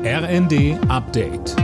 RND Update.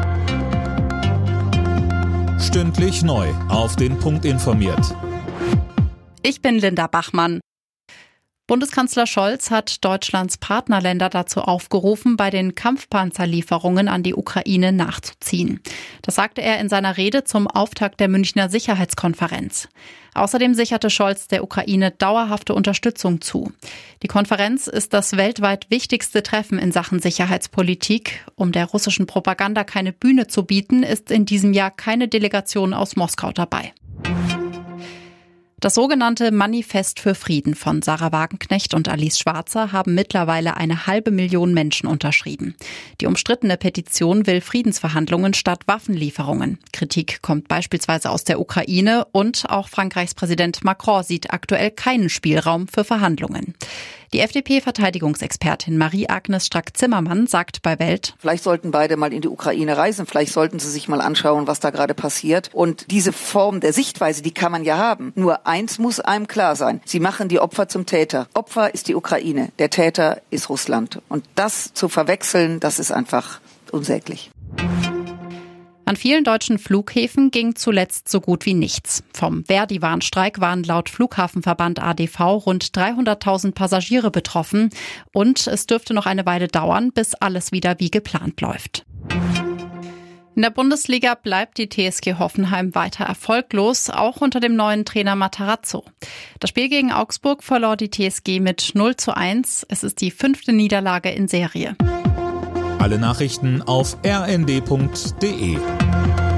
Stündlich neu auf den Punkt informiert. Ich bin Linda Bachmann. Bundeskanzler Scholz hat Deutschlands Partnerländer dazu aufgerufen, bei den Kampfpanzerlieferungen an die Ukraine nachzuziehen. Das sagte er in seiner Rede zum Auftakt der Münchner Sicherheitskonferenz. Außerdem sicherte Scholz der Ukraine dauerhafte Unterstützung zu. Die Konferenz ist das weltweit wichtigste Treffen in Sachen Sicherheitspolitik. Um der russischen Propaganda keine Bühne zu bieten, ist in diesem Jahr keine Delegation aus Moskau dabei. Das sogenannte Manifest für Frieden von Sarah Wagenknecht und Alice Schwarzer haben mittlerweile 500.000 Menschen unterschrieben. Die umstrittene Petition will Friedensverhandlungen statt Waffenlieferungen. Kritik kommt beispielsweise aus der Ukraine und auch Frankreichs Präsident Macron sieht aktuell keinen Spielraum für Verhandlungen. Die FDP-Verteidigungsexpertin Marie-Agnes Strack-Zimmermann sagt bei Welt: Vielleicht sollten beide mal in die Ukraine reisen, vielleicht sollten sie sich mal anschauen, was da gerade passiert. Und diese Form der Sichtweise, die kann man ja haben. Nur eins muss einem klar sein: Sie machen die Opfer zum Täter. Opfer ist die Ukraine, der Täter ist Russland. Und das zu verwechseln, das ist einfach unsäglich. An vielen deutschen Flughäfen ging zuletzt so gut wie nichts. Vom Verdi-Warnstreik waren laut Flughafenverband ADV rund 300.000 Passagiere betroffen. Und es dürfte noch eine Weile dauern, bis alles wieder wie geplant läuft. In der Bundesliga bleibt die TSG Hoffenheim weiter erfolglos, auch unter dem neuen Trainer Matarazzo. Das Spiel gegen Augsburg verlor die TSG mit 0:1. Es ist die 5. Niederlage in Serie. Alle Nachrichten auf rnd.de.